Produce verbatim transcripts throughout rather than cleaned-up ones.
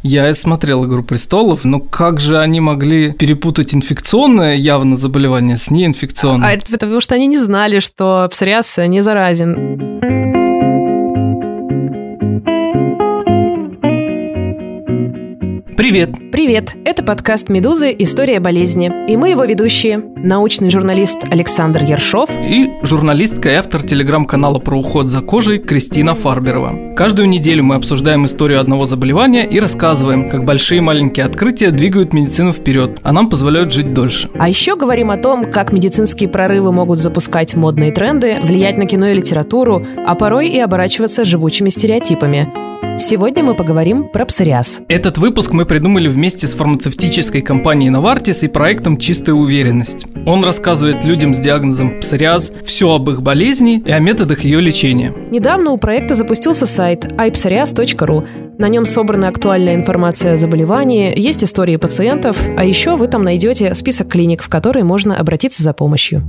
Я смотрел «Игру престолов», но как же они могли перепутать инфекционное явно заболевание с неинфекционным? А это потому что они не знали, что псориаз не заразен. Привет! Привет! Это подкаст «Медузы. История болезни». И мы его ведущие. Научный журналист Александр Ершов и журналистка и автор телеграм-канала про уход за кожей Кристина Фарберова. Каждую неделю мы обсуждаем историю одного заболевания и рассказываем, как большие и маленькие открытия двигают медицину вперед, а нам позволяют жить дольше. А еще говорим о том, как медицинские прорывы могут запускать модные тренды, влиять на кино и литературу, а порой и оборачиваться живучими стереотипами. Сегодня мы поговорим про псориаз. Этот выпуск мы придумали вместе с фармацевтической компанией Novartis и проектом «Чистая уверенность». Он рассказывает людям с диагнозом псориаз все об их болезни и о методах ее лечения. Недавно у проекта запустился сайт ай псориаз точка ру. На нем собрана актуальная информация о заболевании, есть истории пациентов, а еще вы там найдете список клиник, в которые можно обратиться за помощью.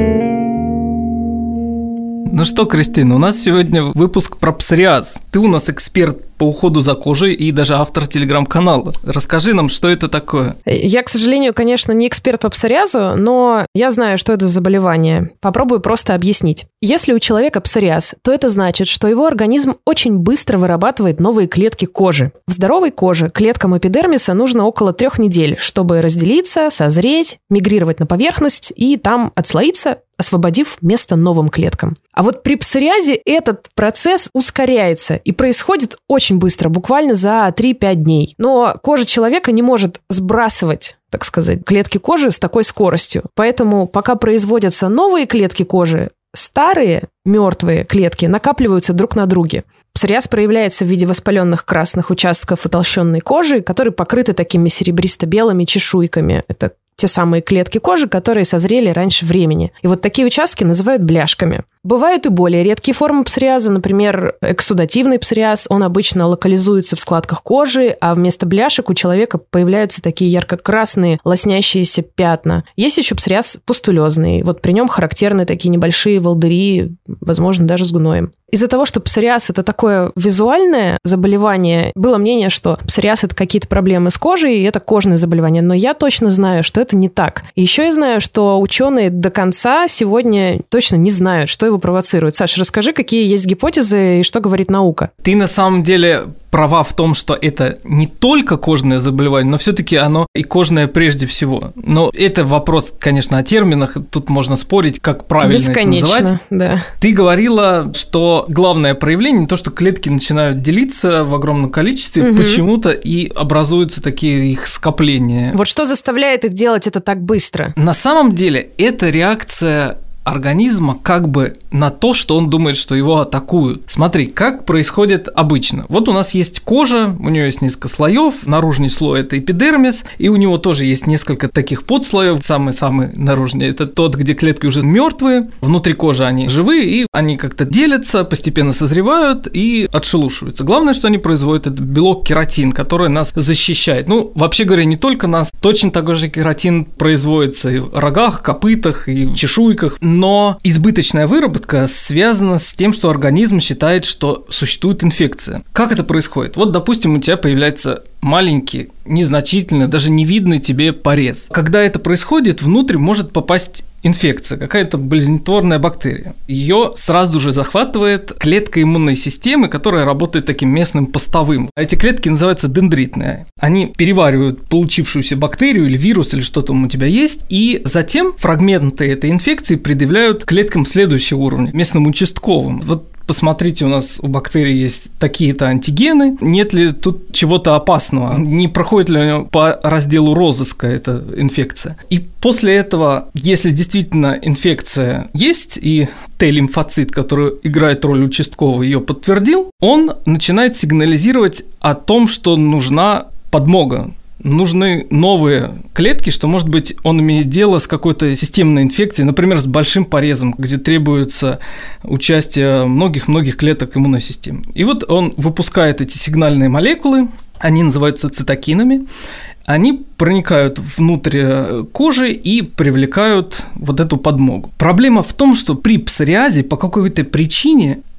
Ну что, Кристина, у нас сегодня выпуск про псориаз. Ты у нас эксперт по уходу за кожей и даже автор телеграм-канала. Расскажи нам, что это такое. Я, к сожалению, конечно, не эксперт по псориазу, но я знаю, что это за заболевание. Попробую просто объяснить. Если у человека псориаз, то это значит, что его организм очень быстро вырабатывает новые клетки кожи. В здоровой коже клеткам эпидермиса нужно около трех недель, чтобы разделиться, созреть, мигрировать на поверхность и там отслоиться, освободив место новым клеткам. А вот при псориазе этот процесс ускоряется и происходит очень быстро, буквально за три-пять дней. Но кожа человека не может сбрасывать, так сказать, клетки кожи с такой скоростью. Поэтому пока производятся новые клетки кожи, старые мертвые клетки накапливаются друг на друге. Псориаз проявляется в виде воспаленных красных участков утолщенной кожи, которые покрыты такими серебристо-белыми чешуйками. Это те самые клетки кожи, которые созрели раньше времени. И вот такие участки называют бляшками. Бывают и более редкие формы псориаза, например, эксудативный псориаз. Он обычно локализуется в складках кожи, а вместо бляшек у человека появляются такие ярко-красные лоснящиеся пятна. Есть еще псориаз пустулезный. Вот при нем характерны такие небольшие волдыри, возможно, даже с гноем. Из-за того, что псориаз – это такое визуальное заболевание, было мнение, что псориаз – это какие-то проблемы с кожей, и это кожное заболевание. Но я точно знаю, что это не так. И еще я знаю, что ученые до конца сегодня точно не знают, что его провоцирует. Саша, расскажи, какие есть гипотезы и что говорит наука. Ты на самом деле права в том, что это не только кожное заболевание, но все-таки оно и кожное прежде всего. Но это вопрос, конечно, о терминах. Тут можно спорить, как правильно Бесконечно, это называть. Да. Ты говорила, что главное проявление то, что клетки начинают делиться в огромном количестве, угу. почему-то и образуются такие их скопления. Вот что заставляет их делать это так быстро? На самом деле это реакция организма как бы на то, что он думает, что его атакуют. Смотри, как происходит обычно. Вот у нас есть кожа, у нее есть несколько слоев, наружный слой – это эпидермис, и у него тоже есть несколько таких подслоев. Самый-самый наружный – это тот, где клетки уже мертвые, внутри кожи они живые, и они как-то делятся, постепенно созревают и отшелушиваются. Главное, что они производят, это белок кератин, который нас защищает. Ну, вообще говоря, не только нас, точно такой же кератин производится и в рогах, копытах, и в чешуйках. Но избыточная выработка связана с тем, что организм считает, что существует инфекция. Как это происходит? Вот, допустим, у тебя появляется маленький, незначительный, даже невидный тебе порез. Когда это происходит, внутрь может попасть инфекция, какая-то болезнетворная бактерия. Ее сразу же захватывает клетка иммунной системы, которая работает таким местным постовым. Эти клетки называются дендритные. Они переваривают получившуюся бактерию или вирус, или что там у тебя есть, и затем фрагменты этой инфекции предъявляют клеткам следующего уровня, местным участковым. Вот посмотрите, у нас у бактерий есть такие-то антигены, нет ли тут чего-то опасного, не проходит ли по разделу розыска эта инфекция. И после этого, если действительно инфекция есть, и Т-лимфоцит, который играет роль участкового, ее подтвердил, он начинает сигнализировать о том, что нужна подмога. Нужны новые клетки, что, может быть, он имеет дело с какой-то системной инфекцией, например, с большим порезом, где требуется участие многих-многих клеток иммунной системы. И вот он выпускает эти сигнальные молекулы, они называются цитокинами, они проникают внутрь кожи и привлекают вот эту подмогу. Проблема в том, что при псориазе по какой-то причине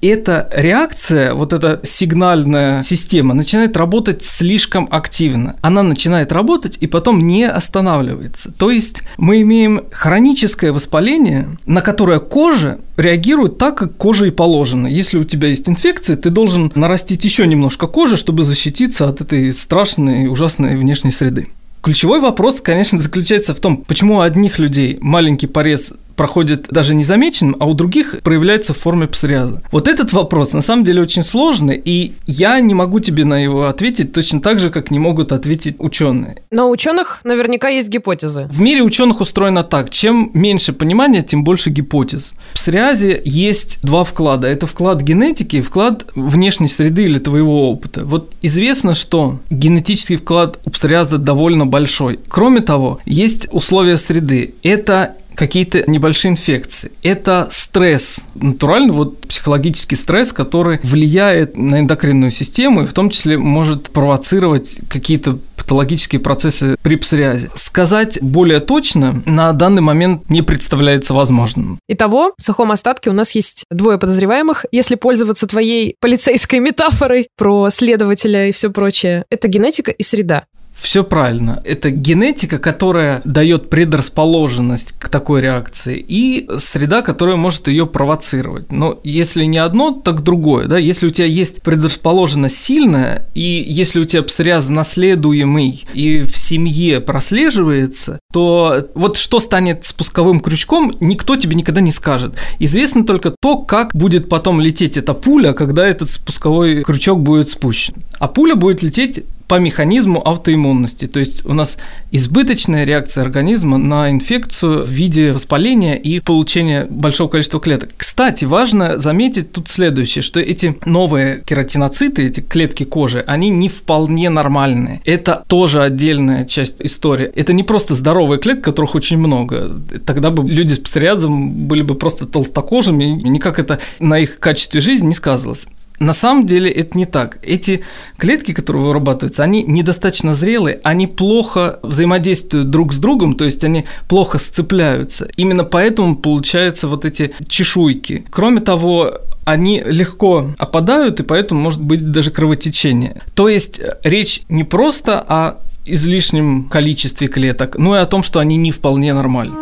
эта реакция, вот эта сигнальная система начинает работать слишком активно. Она начинает работать и потом не останавливается. То есть мы имеем хроническое воспаление, на которое кожа реагирует так, как коже и положено. Если у тебя есть инфекция, ты должен нарастить еще немножко кожи, чтобы защититься от этой страшной и ужасной внешней среды. Ключевой вопрос, конечно, заключается в том, почему у одних людей маленький порез проходит даже незамеченным, а у других проявляется в форме псориаза. Вот этот вопрос на самом деле очень сложный, и я не могу тебе на него ответить точно так же, как не могут ответить ученые. Но у ученых наверняка есть гипотезы. В мире ученых устроено так: чем меньше понимания, тем больше гипотез. В псориазе есть два вклада. Это вклад генетики и вклад внешней среды или твоего опыта. Вот известно, что генетический вклад у псориаза довольно большой. Кроме того, есть условия среды. Это какие-то небольшие инфекции. Это стресс, натурально вот психологический стресс, который влияет на эндокринную систему и в том числе может провоцировать какие-то патологические процессы при псориазе. Сказать более точно на данный момент не представляется возможным. Итого, в сухом остатке у нас есть двое подозреваемых, если пользоваться твоей полицейской метафорой про следователя и все прочее. Это генетика и среда. Все правильно. Это генетика, которая дает предрасположенность к такой реакции, и среда, которая может ее провоцировать. Но если не одно, так другое. Да? Если у тебя есть предрасположенность сильная, и если у тебя псориаз наследуемый и в семье прослеживается, то вот что станет спусковым крючком, никто тебе никогда не скажет. Известно только то, как будет потом лететь эта пуля, когда этот спусковой крючок будет спущен. А пуля будет лететь по механизму автоиммунности. То есть у нас избыточная реакция организма на инфекцию в виде воспаления и получения большого количества клеток. Кстати, важно заметить тут следующее, что эти новые кератиноциты, эти клетки кожи, они не вполне нормальные. Это тоже отдельная часть истории. Это не просто здоровые клетки, которых очень много. Тогда бы люди с псориазом были бы просто толстокожими, и никак это на их качестве жизни не сказывалось. На самом деле это не так. Эти клетки, которые вырабатываются, они недостаточно зрелые, они плохо взаимодействуют друг с другом, то есть они плохо сцепляются. Именно поэтому получаются вот эти чешуйки. Кроме того, они легко опадают, и поэтому может быть даже кровотечение. То есть речь не просто о излишнем количестве клеток, но и о том, что они не вполне нормальны.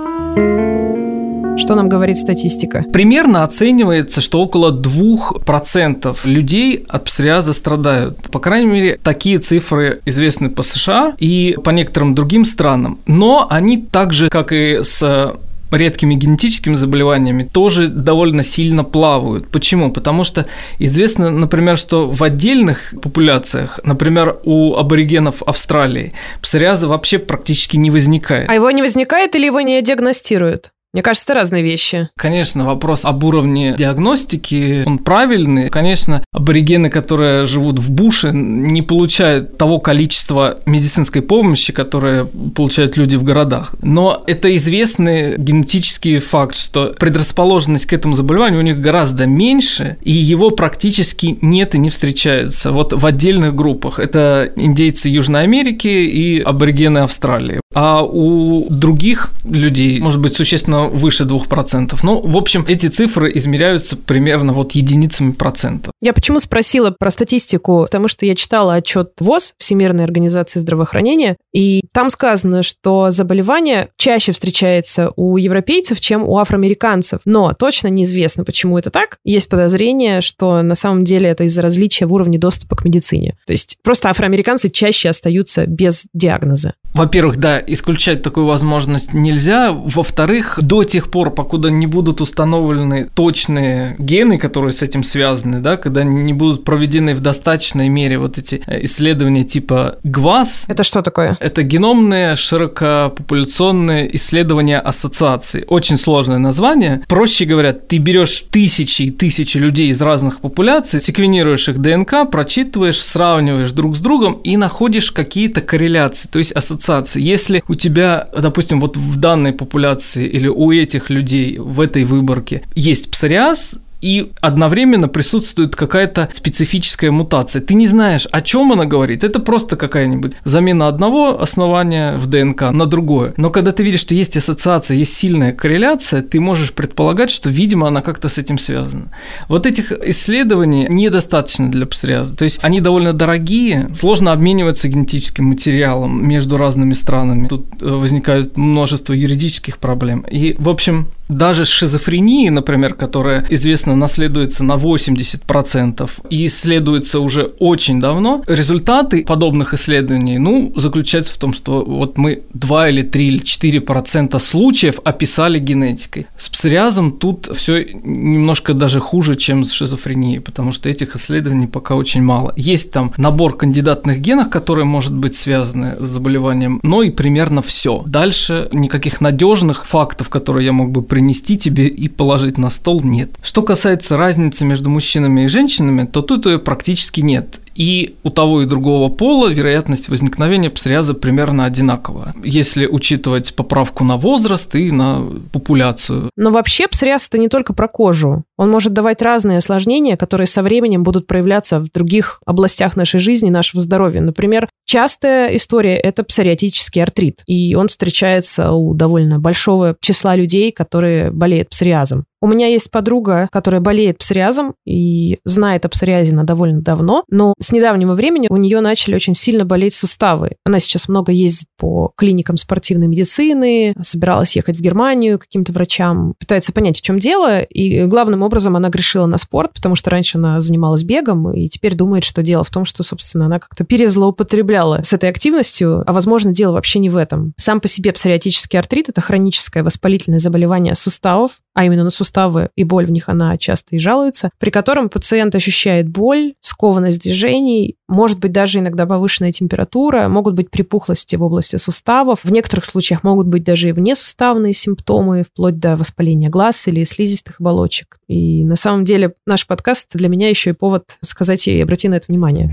Что нам говорит статистика? Примерно оценивается, что около двух процентов людей от псориаза страдают. По крайней мере, такие цифры известны по США и по некоторым другим странам. Но они так же, как и с редкими генетическими заболеваниями, тоже довольно сильно плавают. Почему? Потому что известно, например, что в отдельных популяциях, например, у аборигенов Австралии, псориаза вообще практически не возникает. А его не возникает или его не диагностируют? Мне кажется, это разные вещи. Конечно, вопрос об уровне диагностики, он правильный. Конечно, аборигены, которые живут в буше, не получают того количества медицинской помощи, которое получают люди в городах. Но это известный генетический факт, что предрасположенность к этому заболеванию у них гораздо меньше, и его практически нет и не встречается. Вот в отдельных группах. Это индейцы Южной Америки и аборигены Австралии. А у других людей, может быть, существенно выше двух процентов. Ну, в общем, эти цифры измеряются примерно вот единицами процентов. Я почему спросила про статистику? Потому что я читала отчет ВОЗ, Всемирной организации здравоохранения, и там сказано, что заболевание чаще встречается у европейцев, чем у афроамериканцев. Но точно неизвестно, почему это так. Есть подозрение, что на самом деле это из-за различия в уровне доступа к медицине. То есть просто афроамериканцы чаще остаются без диагноза. Во-первых, да, исключать такую возможность нельзя. Во-вторых, до тех пор, покуда не будут установлены точные гены, которые с этим связаны, да, когда не будут проведены в достаточной мере вот эти исследования типа ГВАС. Это что такое? Это геномные широкопопуляционные исследования ассоциаций. Очень сложное название. Проще говоря, ты берешь тысячи и тысячи людей из разных популяций, секвенируешь их ДНК, прочитываешь, сравниваешь друг с другом и находишь какие-то корреляции, то есть ассоциации. Если у тебя, допустим, вот в данной популяции или у этих людей в этой выборке есть псориаз, и одновременно присутствует какая-то специфическая мутация. Ты не знаешь, о чем она говорит. Это просто какая-нибудь замена одного основания в ДНК на другое. Но когда ты видишь, что есть ассоциация, есть сильная корреляция, ты можешь предполагать, что, видимо, она как-то с этим связана. Вот этих исследований недостаточно для псориаза. То есть они довольно дорогие, сложно обмениваться генетическим материалом между разными странами. Тут возникает множество юридических проблем. И, в общем, даже с шизофренией, например, которая известно наследуется на восемьдесят процентов и исследуется уже очень давно, результаты подобных исследований, ну, заключаются в том, что вот мы два или три или четыре процента случаев описали генетикой. С псориазом тут все немножко даже хуже, чем с шизофренией, потому что этих исследований пока очень мало. Есть там набор кандидатных генов, которые может быть связаны с заболеванием, но и примерно все. Дальше никаких надежных фактов, которые я мог бы принести тебе и положить на стол, нет. Что касается разницы между мужчинами и женщинами, то тут ее практически нет. И у того и другого пола вероятность возникновения псориаза примерно одинаковая, если учитывать поправку на возраст и на популяцию. Но вообще псориаз – это не только про кожу. Он может давать разные осложнения, которые со временем будут проявляться в других областях нашей жизни, нашего здоровья. Например, частая история – это псориатический артрит, и он встречается у довольно большого числа людей, которые болеют псориазом. У меня есть подруга, которая болеет псориазом и знает о псориазе она довольно давно, но с недавнего времени у нее начали очень сильно болеть суставы. Она сейчас много ездит по клиникам спортивной медицины, собиралась ехать в Германию к каким-то врачам, пытается понять, в чем дело, и главным образом она грешила на спорт, потому что раньше она занималась бегом, и теперь думает, что дело в том, что, собственно, она как-то перезлоупотребляла с этой активностью, а, возможно, дело вообще не в этом. Сам по себе псориатический артрит – это хроническое воспалительное заболевание суставов, а именно на суставы и боль в них она часто и жалуется, при котором пациент ощущает боль, скованность движений, может быть даже иногда повышенная температура, могут быть припухлости в области суставов, в некоторых случаях могут быть даже и внесуставные симптомы, вплоть до воспаления глаз или слизистых оболочек. И на самом деле наш подкаст для меня еще и повод сказать ей: обрати на это внимание.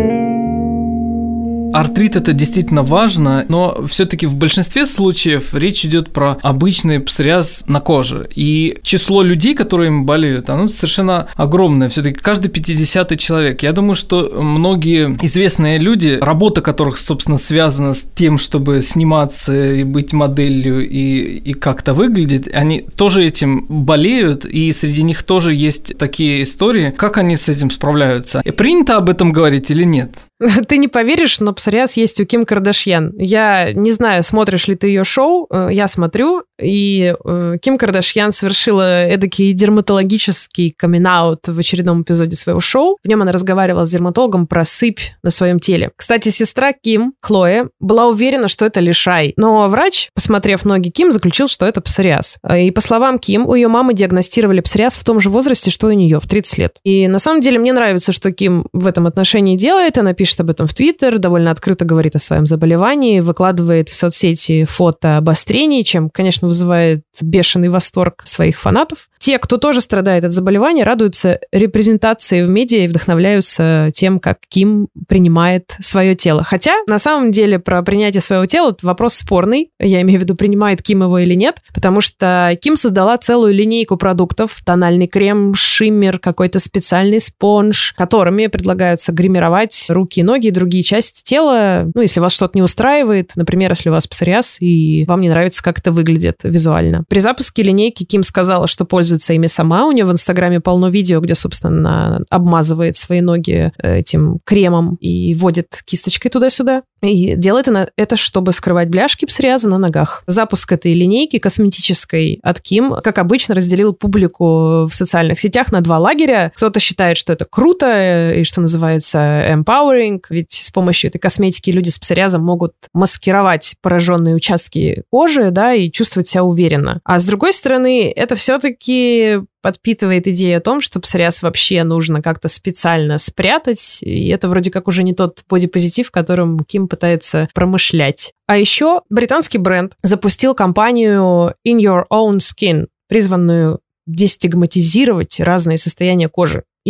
Артрит – это действительно важно, но все-таки в большинстве случаев речь идет про обычный псориаз на коже. И число людей, которые им болеют, оно совершенно огромное. Все-таки каждый пятидесятый человек. Я думаю, что многие известные люди, работа которых, собственно, связана с тем, чтобы сниматься и быть моделью и, и как-то выглядеть, они тоже этим болеют, и среди них тоже есть такие истории. Как они с этим справляются? И принято об этом говорить или нет? Ты не поверишь, но псориаз есть у Ким Кардашьян. Я не знаю, смотришь ли ты ее шоу, я смотрю, и Ким Кардашьян совершила эдакий дерматологический камин-аут в очередном эпизоде своего шоу. В нем она разговаривала с дерматологом про сыпь на своем теле. Кстати, сестра Ким, Хлоя, была уверена, что это лишай, но врач, посмотрев ноги Ким, заключил, что это псориаз. И по словам Ким, у ее мамы диагностировали псориаз в том же возрасте, что и у нее, в тридцать лет. И на самом деле мне нравится, что Ким в этом отношении делает. Она пишет об этом в Твиттер, довольно открыто говорит о своем заболевании, выкладывает в соцсети фото обострений, чем, конечно, вызывает бешеный восторг своих фанатов. Те, кто тоже страдает от заболевания, радуются репрезентации в медиа и вдохновляются тем, как Ким принимает свое тело. Хотя, на самом деле, про принятие своего тела вопрос спорный. Я имею в виду, принимает Ким его или нет, потому что Ким создала целую линейку продуктов: тональный крем, шиммер, какой-то специальный спонж, которыми предлагаются гримировать руки, ноги и другие части тела. Ну, если вас что-то не устраивает, например, если у вас псориаз и вам не нравится, как это выглядит визуально. При запуске линейки Ким сказала, что пользуется ими сама. У нее в Инстаграме полно видео, где, собственно, она обмазывает свои ноги этим кремом и водит кисточкой туда-сюда. И делает она это, чтобы скрывать бляшки псориаза на ногах. Запуск этой линейки косметической от Ким, как обычно, разделил публику в социальных сетях на два лагеря. Кто-то считает, что это круто и, что называется, empowering, ведь с помощью этой косметики люди с псориазом могут маскировать пораженные участки кожи, да, и чувствовать себя уверенно. А с другой стороны, это все-таки подпитывает идею о том, что псориаз вообще нужно как-то специально спрятать, и это вроде как уже не тот бодипозитив, которым Ким пытается промышлять. А еще британский бренд запустил кампанию In Your Own Skin, призванную дестигматизировать разные состояния кожи. И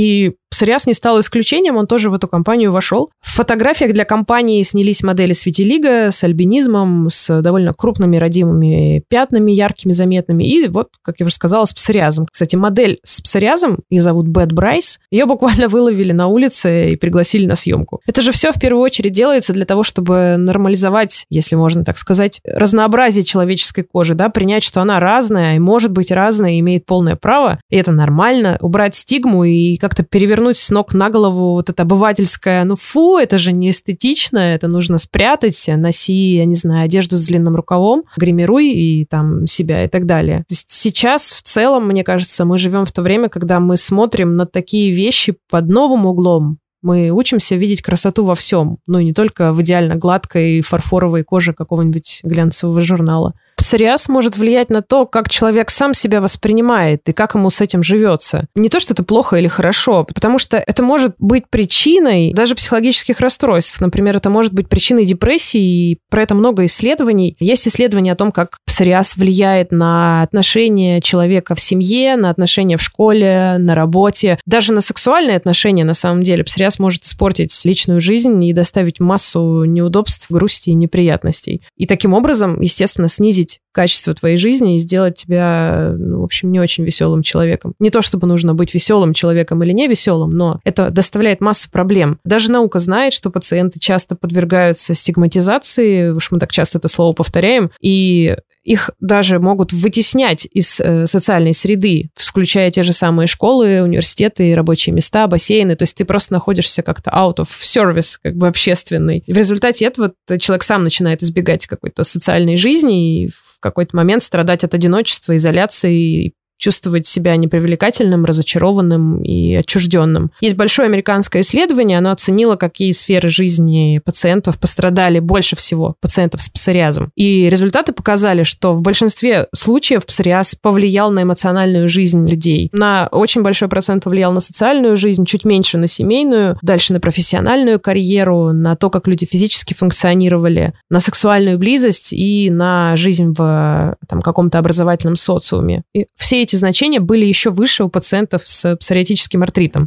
Псориаз не стал исключением, он тоже в эту компанию вошел. В фотографиях для компании снялись модели с витилиго, с альбинизмом, с довольно крупными родимыми пятнами, яркими, заметными. И вот, как я уже сказала, с псориазом. Кстати, модель с псориазом, ее зовут Бет Брайс, ее буквально выловили на улице и пригласили на съемку. Это же все в первую очередь делается для того, чтобы нормализовать, если можно так сказать, разнообразие человеческой кожи, да, принять, что она разная и может быть разная, и имеет полное право, и это нормально, убрать стигму и как-то перевернуть с ног на голову вот это обывательское, ну фу, это же не эстетично, это нужно спрятать, носи, я не знаю, одежду с длинным рукавом, гримируй и там себя и так далее. То есть сейчас в целом, мне кажется, мы живем в то время, когда мы смотрим на такие вещи под новым углом. Мы учимся видеть красоту во всем, ну и не только в идеально гладкой фарфоровой коже какого-нибудь глянцевого журнала. Псориаз может влиять на то, как человек сам себя воспринимает и как ему с этим живется. Не то, что это плохо или хорошо, потому что это может быть причиной даже психологических расстройств. Например, это может быть причиной депрессии, и про это много исследований. Есть исследования о том, как псориаз влияет на отношения человека в семье, на отношения в школе, на работе, даже на сексуальные отношения, на самом деле. Псориаз может испортить личную жизнь и доставить массу неудобств, грусти и неприятностей. И таким образом, естественно, снизить качество твоей жизни и сделать тебя, ну, в общем, не очень веселым человеком. Не то, чтобы нужно быть веселым человеком или не веселым, но это доставляет массу проблем. Даже наука знает, что пациенты часто подвергаются стигматизации, уж мы так часто это слово повторяем, и их даже могут вытеснять из э, социальной среды, включая те же самые школы, университеты, рабочие места, бассейны. То есть ты просто находишься как-то out of service, как бы общественный. И в результате этого человек сам начинает избегать какой-то социальной жизни и в какой-то момент страдать от одиночества, изоляции, чувствовать себя непривлекательным, разочарованным и отчужденным. Есть большое американское исследование, оно оценило, какие сферы жизни пациентов пострадали больше всего, пациентов с псориазом. И результаты показали, что в большинстве случаев псориаз повлиял на эмоциональную жизнь людей. На очень большой процент повлиял на социальную жизнь, чуть меньше на семейную, дальше на профессиональную карьеру, на то, как люди физически функционировали, на сексуальную близость и на жизнь в там, каком-то образовательном социуме. И все эти Эти значения были еще выше у пациентов с псориатическим артритом.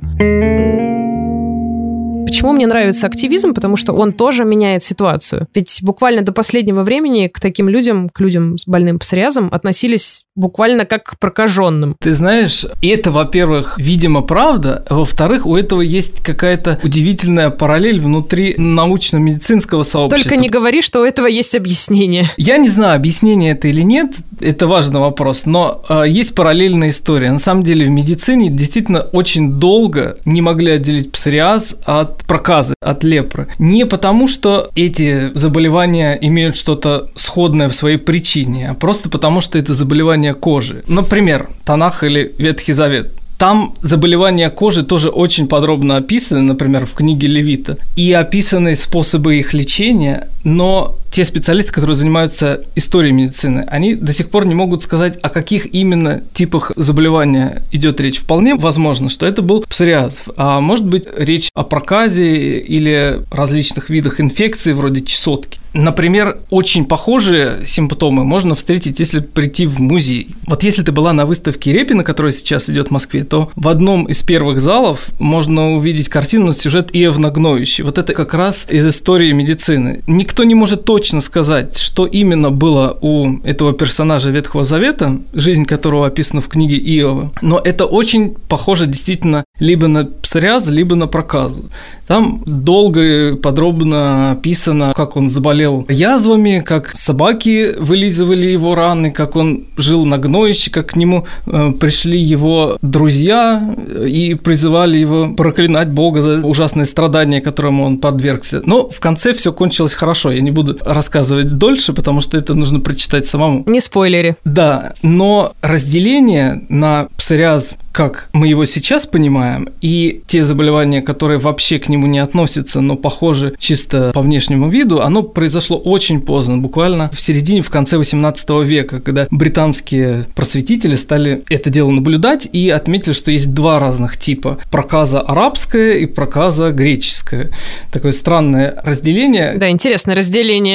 Почему мне нравится активизм? Потому что он тоже меняет ситуацию. Ведь буквально до последнего времени к таким людям, к людям с больным псориазом относились буквально как к прокаженным. Ты знаешь, это, во-первых, видимо, правда, а во-вторых, у этого есть какая-то удивительная параллель внутри научно-медицинского сообщества. Только не говори, что у этого есть объяснение. Я не знаю, объяснение это или нет, это важный вопрос, но э, есть параллельная история. На самом деле в медицине действительно очень долго не могли отделить псориаз от проказы, от лепры. Не потому, что эти заболевания имеют что-то сходное в своей причине, а просто потому, что это заболевания кожи. Например, Танах или Ветхий Завет. Там заболевания кожи тоже очень подробно описаны, например, в книге Левита, и описаны способы их лечения, но те специалисты, которые занимаются историей медицины, они до сих пор не могут сказать, о каких именно типах заболевания идет речь. Вполне возможно, что это был псориаз, а может быть речь о проказе или различных видах инфекций вроде чесотки. Например, очень похожие симптомы можно встретить, если прийти в музей. Вот если ты была на выставке Репина, которая сейчас идет в Москве, то в одном из первых залов можно увидеть картину, сюжет Иовна Гноющий. Вот это как раз из истории медицины. Никто не может точно сказать, что именно было у этого персонажа Ветхого Завета, жизнь которого описана в книге Иова, но это очень похоже действительно либо на псориаз, либо на проказу. Там долго и подробно описано, как он заболел язвами, как собаки вылизывали его раны, как он жил на гноище, как к нему э, пришли его друзья и призывали его проклинать Бога за ужасные страдания, которым он подвергся. Но в конце все кончилось хорошо. Я не буду рассказывать дольше, потому что это нужно прочитать самому. Не спойлери. Да, но разделение на псориаз, как мы его сейчас понимаем, и те заболевания, которые вообще к нему не относятся, но похожи чисто по внешнему виду, оно произошло очень поздно, буквально в середине, в конце восемнадцатого века, когда британские просветители стали это дело наблюдать и отметили, что есть два разных типа – проказа арабская и проказа греческая. Такое странное разделение. Да, интересное разделение.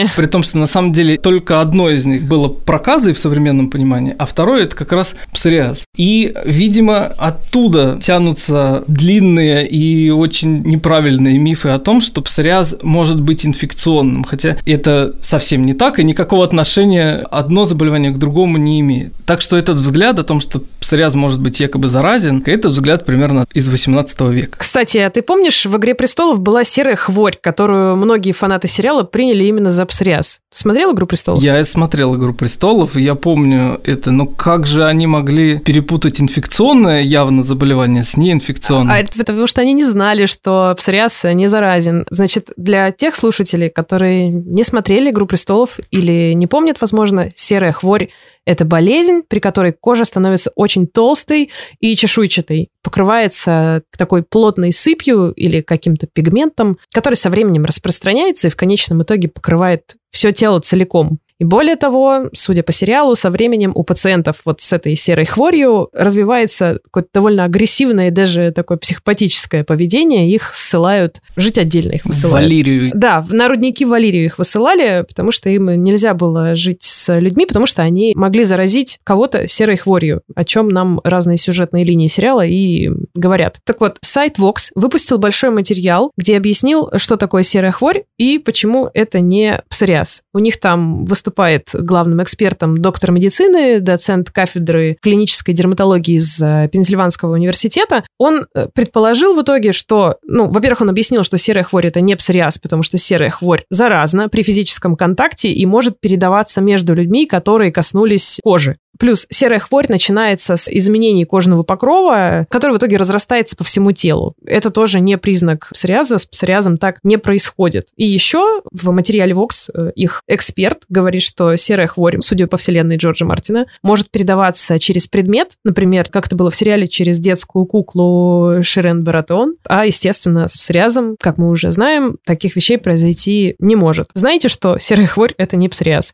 заболевание. При том, что на самом деле только одно из них было проказой в современном понимании, а второе – это как раз псориаз. И, видимо, оттуда тянутся длинные и очень неправильные мифы о том, что псориаз может быть инфекционным, хотя это совсем не так, и никакого отношения одно заболевание к другому не имеет. Так что этот взгляд о том, что псориаз может быть якобы заразен, это взгляд примерно из восемнадцатого века. Кстати, а ты помнишь, в «Игре престолов» была серая хворь, которую многие фанаты сериала приняли именно за псориаз? Смотрел «Игру престолов»? Я смотрел «Игру престолов», и я помню это, но как же они могли перепутать инфекционное явно заболевание с неинфекционным? А это потому что они не знали, что псориаз не заразен. Значит, для тех слушателей, которые не смотрели «Игру престолов» или не помнят, возможно, серая хворь – это болезнь, при которой кожа становится очень толстой и чешуйчатой, покрывается такой плотной сыпью или каким-то пигментом, который со временем распространяется и в конечном итоге покрывает все тело целиком. И более того, судя по сериалу, со временем у пациентов вот с этой серой хворью развивается какое-то довольно агрессивное и даже такое психопатическое поведение. Их ссылают, жить отдельно их высылают. В Валирию. Да, на рудники в Валирию их высылали, потому что им нельзя было жить с людьми, потому что они могли заразить кого-то серой хворью, о чем нам разные сюжетные линии сериала и говорят. Так вот, сайт Vox выпустил большой материал, где объяснил, что такое серая хворь и почему это не псориаз. У них там выступает выступает главным экспертом доктор медицины, доцент кафедры клинической дерматологии из Пенсильванского университета. Он предположил в итоге, что, ну, во-первых, он объяснил, что серая хворь – это не псориаз, потому что серая хворь заразна при физическом контакте и может передаваться между людьми, которые коснулись кожи. Плюс серая хворь начинается с изменений кожного покрова, который в итоге разрастается по всему телу. Это тоже не признак псориаза, с псориазом так не происходит. И еще в материале Vox их эксперт говорит, что серая хворь, судя по вселенной Джорджа Мартина, может передаваться через предмет, например, как это было в сериале, через детскую куклу Ширен Баратеон, а, естественно, с псориазом, как мы уже знаем, таких вещей произойти не может. Знаете, что серая хворь – это не псориаз?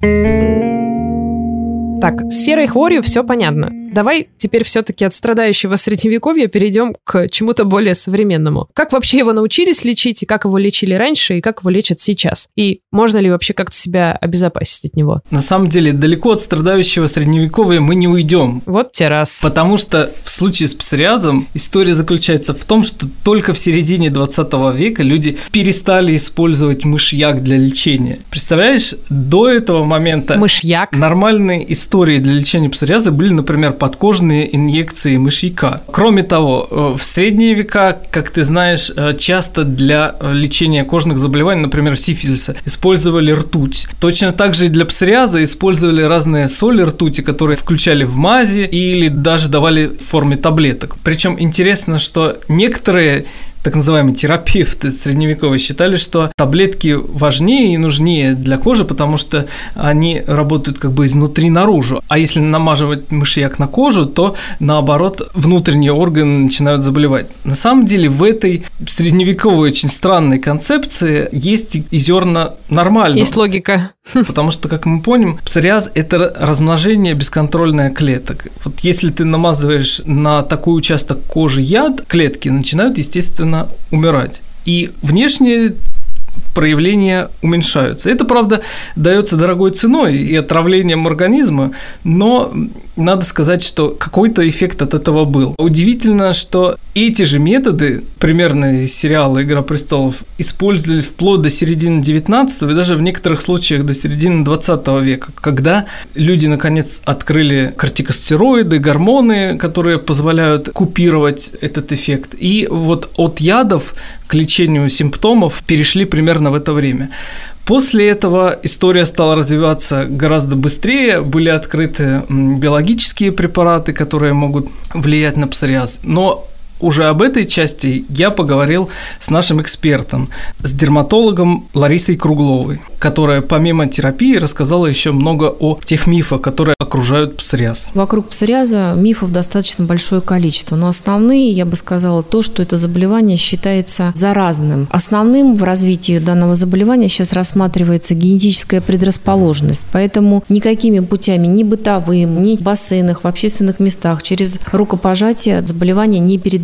Так, с серой хворью все понятно. Давай теперь все-таки от страдающего средневековья перейдем к чему-то более современному. Как вообще его научились лечить, и как его лечили раньше, и как его лечат сейчас? И можно ли вообще как-то себя обезопасить от него? На самом деле, далеко от страдающего средневековья мы не уйдем. Вот те раз. Потому что в случае с псориазом история заключается в том, что только в середине двадцатого века люди перестали использовать мышьяк для лечения. Представляешь, до этого момента мышьяк? Нормальные истории для лечения псориаза были, например, подкожные инъекции мышьяка. Кроме того, в средние века, как ты знаешь, часто для лечения кожных заболеваний, например, сифилиса, использовали ртуть. Точно так же и для псориаза использовали разные соли ртути, которые включали в мази или даже давали в форме таблеток. Причем интересно, что некоторые так называемые терапевты средневековые считали, что таблетки важнее и нужнее для кожи, потому что они работают как бы изнутри наружу. А если намаживать мышьяк на кожу, то наоборот внутренние органы начинают заболевать. На самом деле в этой средневековой очень странной концепции есть и зерна нормального. Есть логика. Потому что, как мы помним, псориаз – это размножение бесконтрольное клеток. Вот если ты намазываешь на такой участок кожи яд, клетки начинают, естественно, умирать. И внешние проявления уменьшаются. Это, правда, дается дорогой ценой и отравлением организма, но надо сказать, что какой-то эффект от этого был. Удивительно, что эти же методы, примерно из сериала «Игра престолов», использовали вплоть до середины девятнадцатого и даже в некоторых случаях до середины двадцатого века, когда люди, наконец, открыли кортикостероиды, гормоны, которые позволяют купировать этот эффект. И вот от ядов к лечению симптомов перешли примерно в это время. После этого история стала развиваться гораздо быстрее, были открыты биологические препараты, которые могут влиять на псориаз, но уже об этой части я поговорил с нашим экспертом, с дерматологом Ларисой Кругловой, которая помимо терапии рассказала еще много о тех мифах, которые окружают псориаз. Вокруг псориаза мифов достаточно большое количество, но основные, я бы сказала, то, что это заболевание считается заразным. Основным в развитии данного заболевания сейчас рассматривается генетическая предрасположенность, поэтому никакими путями, ни бытовым, ни в бассейнах, в общественных местах, через рукопожатие заболевание не передается.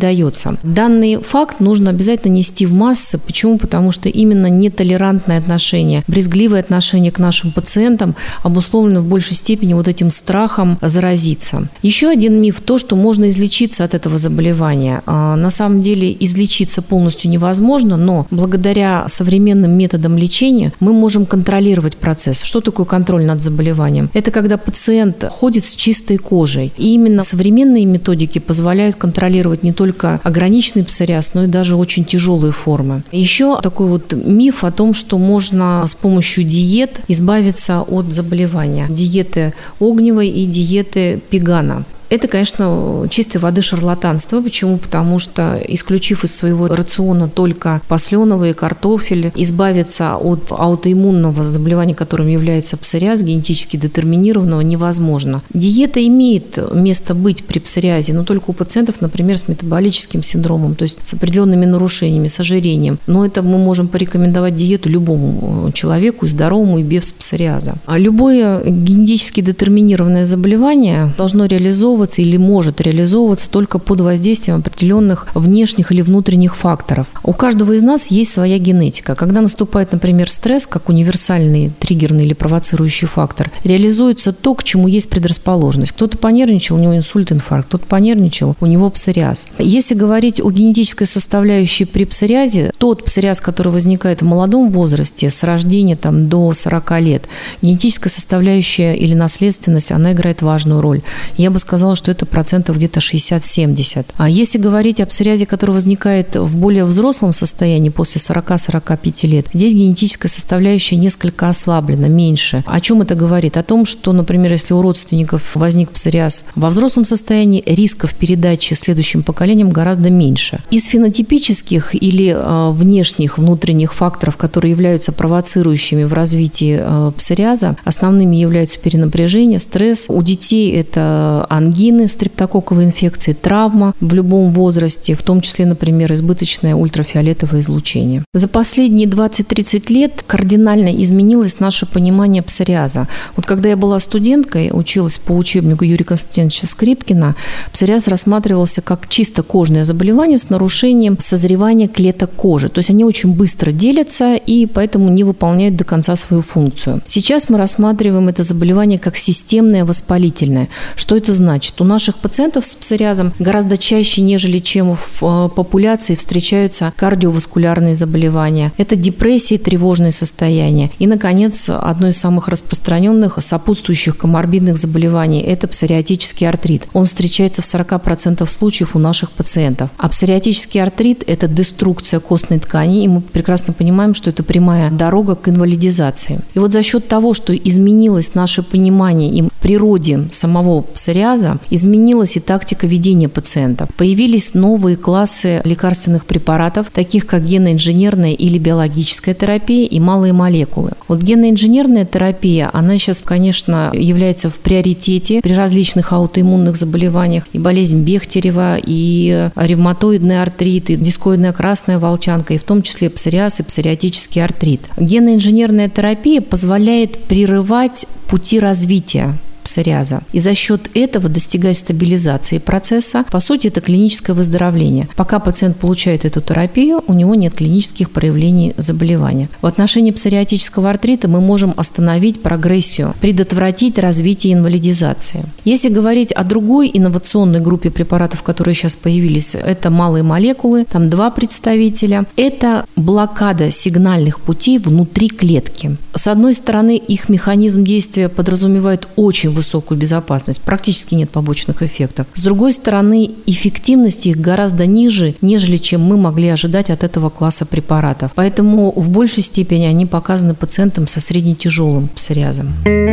передается. Данный факт нужно обязательно нести в массы. Почему? Потому что именно нетолерантное отношение, брезгливое отношение к нашим пациентам обусловлено в большей степени вот этим страхом заразиться. Еще один миф – то, что можно излечиться от этого заболевания. На самом деле излечиться полностью невозможно, но благодаря современным методам лечения мы можем контролировать процесс. Что такое контроль над заболеванием? Это когда пациент ходит с чистой кожей. И именно современные методики позволяют контролировать не только ограниченный псориаз, но и даже очень тяжелые формы. Еще такой вот миф о том, что можно с помощью диет избавиться от заболевания. Диеты Огневой и диеты Пегана. Это, конечно, чистой воды шарлатанство. Почему? Потому что, исключив из своего рациона только посленовый картофель, избавиться от аутоиммунного заболевания, которым является псориаз, генетически детерминированного, невозможно. Диета имеет место быть при псориазе, но только у пациентов, например, с метаболическим синдромом, то есть с определенными нарушениями, с ожирением. Но это мы можем порекомендовать диету любому человеку, и здоровому, и без псориаза. А любое генетически детерминированное заболевание должно реализовываться или может реализовываться только под воздействием определенных внешних или внутренних факторов. У каждого из нас есть своя генетика. Когда наступает, например, стресс, как универсальный триггерный или провоцирующий фактор, реализуется то, к чему есть предрасположенность. Кто-то понервничал, у него инсульт, инфаркт, кто-то понервничал, у него псориаз. Если говорить о генетической составляющей при псориазе, тот псориаз, который возникает в молодом возрасте, с рождения там, до сорока лет, генетическая составляющая или наследственность, она играет важную роль. Я бы сказала, что это процентов где-то шестьдесят-семьдесят. А если говорить о псориазе, который возникает в более взрослом состоянии после сорока-сорока пяти лет, здесь генетическая составляющая несколько ослаблена, меньше. О чем это говорит? О том, что, например, если у родственников возник псориаз во взрослом состоянии, рисков передачи следующим поколениям гораздо меньше. Из фенотипических или э, внешних, внутренних факторов, которые являются провоцирующими в развитии э, псориаза, основными являются перенапряжение, стресс. У детей это ангина, стрептококковые инфекции, травма в любом возрасте, в том числе, например, избыточное ультрафиолетовое излучение. За последние двадцать-тридцать лет кардинально изменилось наше понимание псориаза. Вот когда я была студенткой, училась по учебнику Юрия Константиновича Скрипкина, псориаз рассматривался как чисто кожное заболевание с нарушением созревания клеток кожи. То есть они очень быстро делятся и поэтому не выполняют до конца свою функцию. Сейчас мы рассматриваем это заболевание как системное воспалительное. Что это значит? У наших пациентов с псориазом гораздо чаще, нежели чем в популяции, встречаются кардиоваскулярные заболевания. Это депрессия и тревожные состояния. И, наконец, одно из самых распространенных сопутствующих коморбидных заболеваний – это псориатический артрит. Он встречается в сорока процентах случаев у наших пациентов. А псориатический артрит – это деструкция костной ткани, и мы прекрасно понимаем, что это прямая дорога к инвалидизации. И вот за счет того, что изменилось наше понимание им в природе самого псориаза, изменилась и тактика ведения пациентов. Появились новые классы лекарственных препаратов, таких как генноинженерная или биологическая терапия и малые молекулы. Вот генноинженерная терапия, она сейчас, конечно, является в приоритете при различных аутоиммунных заболеваниях. И болезнь Бехтерева, и ревматоидный артрит, и дискоидная красная волчанка, и в том числе псориаз и псориатический артрит. Генноинженерная терапия позволяет прерывать пути развития псориаза. И за счет этого достигать стабилизации процесса. По сути, это клиническое выздоровление. Пока пациент получает эту терапию, у него нет клинических проявлений заболевания. В отношении псориатического артрита мы можем остановить прогрессию, предотвратить развитие инвалидизации. Если говорить о другой инновационной группе препаратов, которые сейчас появились, это малые молекулы, там два представителя. Это блокада сигнальных путей внутри клетки. С одной стороны, их механизм действия подразумевает очень высокую безопасность, практически нет побочных эффектов. С другой стороны, эффективность их гораздо ниже, нежели чем мы могли ожидать от этого класса препаратов. Поэтому в большей степени они показаны пациентам со средне-тяжелым псориазом.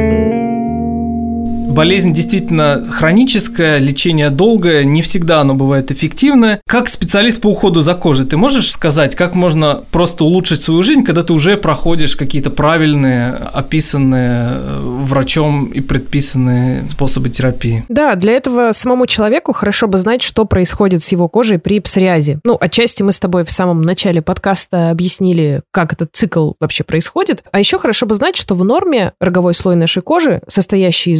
Болезнь действительно хроническая, лечение долгое, не всегда оно бывает эффективное. Как специалист по уходу за кожей, ты можешь сказать, как можно просто улучшить свою жизнь, когда ты уже проходишь какие-то правильные, описанные врачом и предписанные способы терапии? Да, для этого самому человеку хорошо бы знать, что происходит с его кожей при псориазе. Ну, отчасти мы с тобой в самом начале подкаста объяснили, как этот цикл вообще происходит. А еще хорошо бы знать, что в норме роговой слой нашей кожи, состоящий из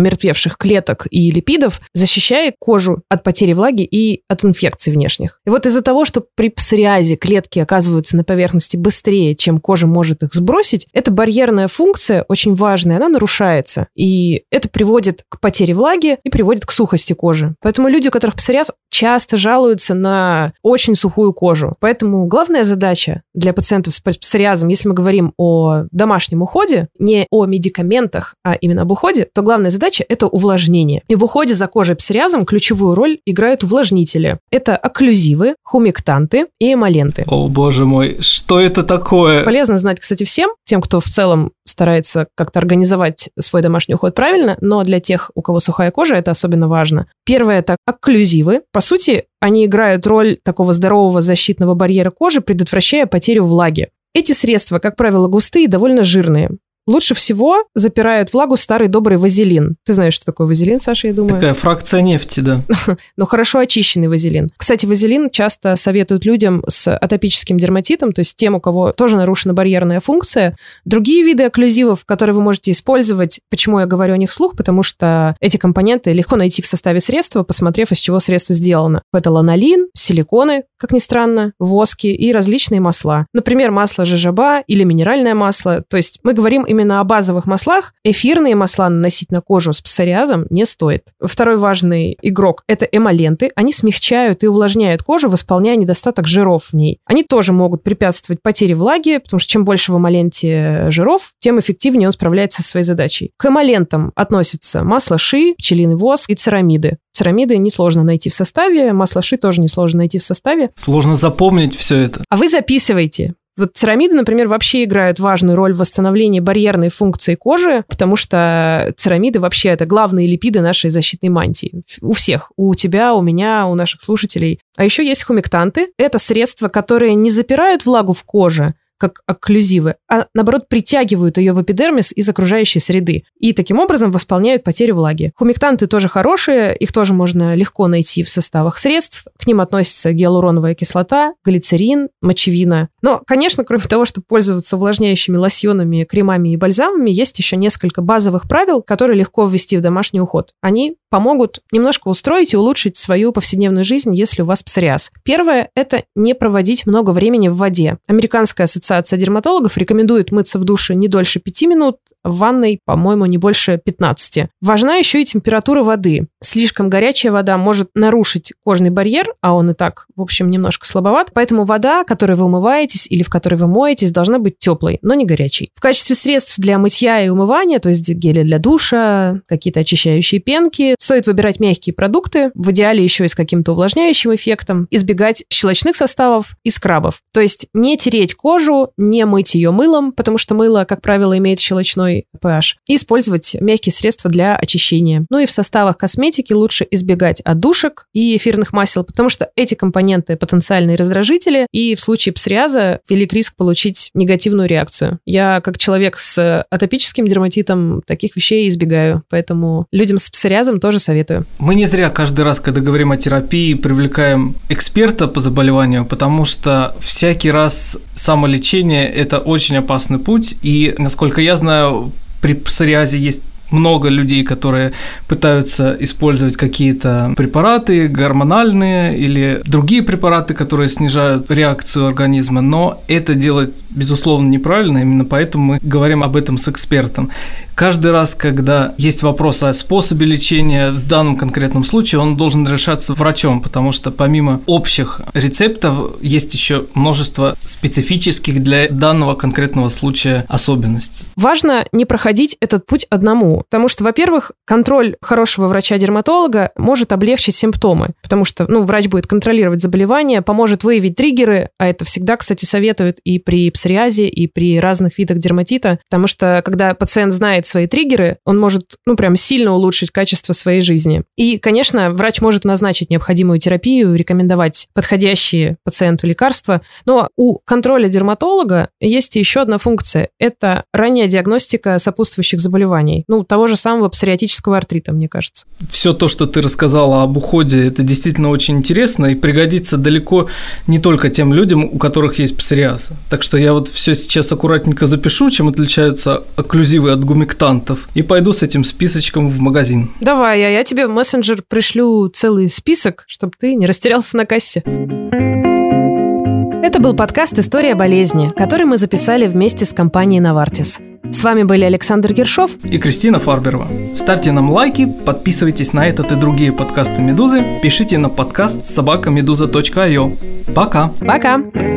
омертвевших клеток и липидов защищает кожу от потери влаги и от инфекций внешних. И вот из-за того, что при псориазе клетки оказываются на поверхности быстрее, чем кожа может их сбросить, эта барьерная функция очень важная, она нарушается. И это приводит к потере влаги и приводит к сухости кожи. Поэтому люди, у которых псориаз, часто жалуются на очень сухую кожу. Поэтому главная задача для пациентов с псориазом, если мы говорим о домашнем уходе, не о медикаментах, а именно об уходе, то главная задача – это увлажнение. И в уходе за кожей псориазом ключевую роль играют увлажнители. Это окклюзивы, хумектанты и эмоленты. О, боже мой, что это такое? Полезно знать, кстати, всем, тем, кто в целом старается как-то организовать свой домашний уход правильно, но для тех, у кого сухая кожа, это особенно важно. Первое – это окклюзивы. По сути, они играют роль такого здорового защитного барьера кожи, предотвращая потерю влаги. Эти средства, как правило, густые и довольно жирные. Лучше всего запирают влагу старый добрый вазелин. Ты знаешь, что такое вазелин, Саша, я думаю? Такая фракция нефти, да. Но хорошо очищенный вазелин. Кстати, вазелин часто советуют людям с атопическим дерматитом, то есть тем, у кого тоже нарушена барьерная функция. Другие виды окклюзивов, которые вы можете использовать, почему я говорю о них вслух, потому что эти компоненты легко найти в составе средства, посмотрев, из чего средство сделано. Это ланолин, силиконы, как ни странно, воски и различные масла. Например, масло жожоба или минеральное масло. То есть мы говорим именно о базовых маслах. Эфирные масла наносить на кожу с псориазом не стоит. Второй важный игрок – это эмоленты. Они смягчают и увлажняют кожу, восполняя недостаток жиров в ней. Они тоже могут препятствовать потере влаги, потому что чем больше в эмоленте жиров, тем эффективнее он справляется со своей задачей. К эмолентам относятся масло ши, пчелиный воск и церамиды. Церамиды несложно найти в составе, масло ши тоже несложно найти в составе. Сложно запомнить все это. А вы записывайте. Вот церамиды, например, вообще играют важную роль в восстановлении барьерной функции кожи, потому что церамиды вообще это главные липиды нашей защитной мантии. У всех. У тебя, у меня, у наших слушателей. А еще есть хумектанты. Это средства, которые не запирают влагу в коже, как окклюзивы, а наоборот притягивают ее в эпидермис из окружающей среды и таким образом восполняют потерю влаги. Хумектанты тоже хорошие, их тоже можно легко найти в составах средств. К ним относятся гиалуроновая кислота, глицерин, мочевина. Но, конечно, кроме того, чтобы пользоваться увлажняющими лосьонами, кремами и бальзамами, есть еще несколько базовых правил, которые легко ввести в домашний уход. Они помогут немножко устроить и улучшить свою повседневную жизнь, если у вас псориаз. Первое – это не проводить много времени в воде. Американская ассоциация дерматологов рекомендует мыться в душе не дольше пяти минут, в ванной, по-моему, не больше пятнадцати. Важна еще и температура воды. Слишком горячая вода может нарушить кожный барьер, а он и так, в общем, немножко слабоват. Поэтому вода, которой вы умываетесь или в которой вы моетесь, должна быть теплой, но не горячей. В качестве средств для мытья и умывания, то есть гели для душа, какие-то очищающие пенки, стоит выбирать мягкие продукты, в идеале еще и с каким-то увлажняющим эффектом, избегать щелочных составов и скрабов. То есть не тереть кожу, не мыть ее мылом, потому что мыло, как правило, имеет щелочной pH, и использовать мягкие средства для очищения. Ну и в составах косметики лучше избегать отдушек и эфирных масел, потому что эти компоненты потенциальные раздражители, и в случае псориаза велик риск получить негативную реакцию. Я, как человек с атопическим дерматитом, таких вещей избегаю, поэтому людям с псориазом тоже советую. Мы не зря каждый раз, когда говорим о терапии, привлекаем эксперта по заболеванию, потому что всякий раз самолечение – это очень опасный путь, и, насколько я знаю, при псориазе есть много людей, которые пытаются использовать какие-то препараты гормональные или другие препараты, которые снижают реакцию организма, но это делать, безусловно, неправильно, именно поэтому мы говорим об этом с экспертом. Каждый раз, когда есть вопрос о способе лечения в данном конкретном случае, он должен решаться врачом, потому что помимо общих рецептов есть еще множество специфических для данного конкретного случая особенностей. Важно не проходить этот путь одному, потому что, во-первых, контроль хорошего врача-дерматолога может облегчить симптомы, потому что, ну, врач будет контролировать заболевание, поможет выявить триггеры, а это всегда, кстати, советуют и при псориазе, и при разных видах дерматита, потому что, когда пациент знает свои триггеры, он может, ну, прям сильно улучшить качество своей жизни. И, конечно, врач может назначить необходимую терапию, рекомендовать подходящие пациенту лекарства, но у контроля дерматолога есть еще одна функция – это ранняя диагностика сопутствующих заболеваний. Ну, того же самого псориатического артрита, мне кажется. Все то, что ты рассказала об уходе, это действительно очень интересно и пригодится далеко не только тем людям, у которых есть псориаз. Так что я вот все сейчас аккуратненько запишу, чем отличаются окклюзивы от гумектантов, и пойду с этим списочком в магазин. Давай, а я тебе в мессенджер пришлю целый список, чтобы ты не растерялся на кассе. Это был подкаст «История болезни», который мы записали вместе с компанией Novartis. С вами были Александр Ершов и Кристина Фарберова. Ставьте нам лайки, подписывайтесь на этот и другие подкасты «Медузы», пишите на подкаст собака медуза точка ай о. Пока! Пока!